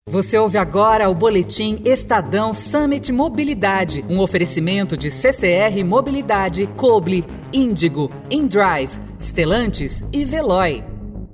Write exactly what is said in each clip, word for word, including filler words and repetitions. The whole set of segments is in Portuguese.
Você ouve agora o Boletim Estadão Summit Mobilidade, um oferecimento de C C R Mobilidade, Coble, Índigo, InDrive, Stellantis e Veloy.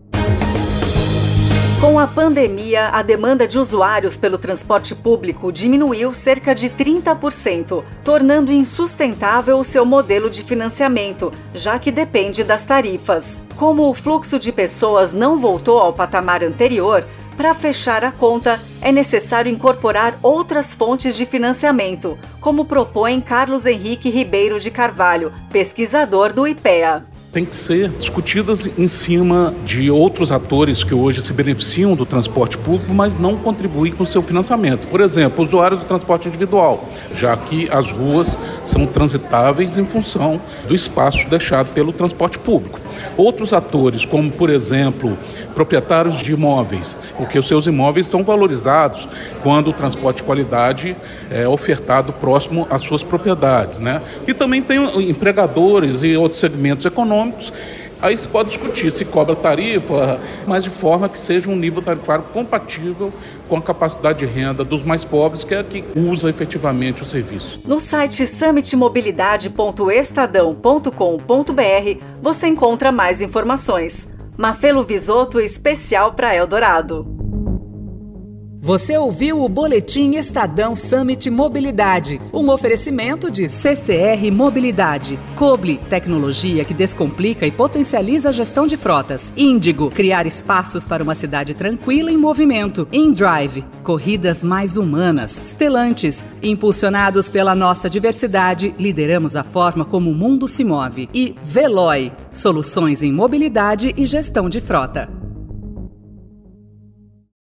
Com a pandemia, a demanda de usuários pelo transporte público diminuiu cerca de trinta por cento, tornando insustentável o seu modelo de financiamento, já que depende das tarifas. Como o fluxo de pessoas não voltou ao patamar anterior, para fechar a conta, é necessário incorporar outras fontes de financiamento, como propõe Carlos Henrique Ribeiro de Carvalho, pesquisador do I P E A. Tem que ser discutidas em cima de outros atores que hoje se beneficiam do transporte público, mas não contribuem com o seu financiamento. Por exemplo, usuários do transporte individual, já que as ruas são transitáveis em função do espaço deixado pelo transporte público. Outros atores, como, por exemplo, proprietários de imóveis, porque os seus imóveis são valorizados quando o transporte de qualidade é ofertado próximo às suas propriedades, né? E também tem empregadores e outros segmentos econômicos. Aí se pode discutir se cobra tarifa, mas de forma que seja um nível tarifário compatível com a capacidade de renda dos mais pobres, que é quem usa efetivamente o serviço. No site summit mobilidade ponto estadão ponto com ponto br você encontra mais informações. Mafelo Visoto, especial para Eldorado. Você ouviu o Boletim Estadão Summit Mobilidade, um oferecimento de C C R Mobilidade, Coble, tecnologia que descomplica e potencializa a gestão de frotas, Índigo, criar espaços para uma cidade tranquila em movimento, InDrive, corridas mais humanas, Stellantis, impulsionados pela nossa diversidade, lideramos a forma como o mundo se move, e Veloy, soluções em mobilidade e gestão de frota.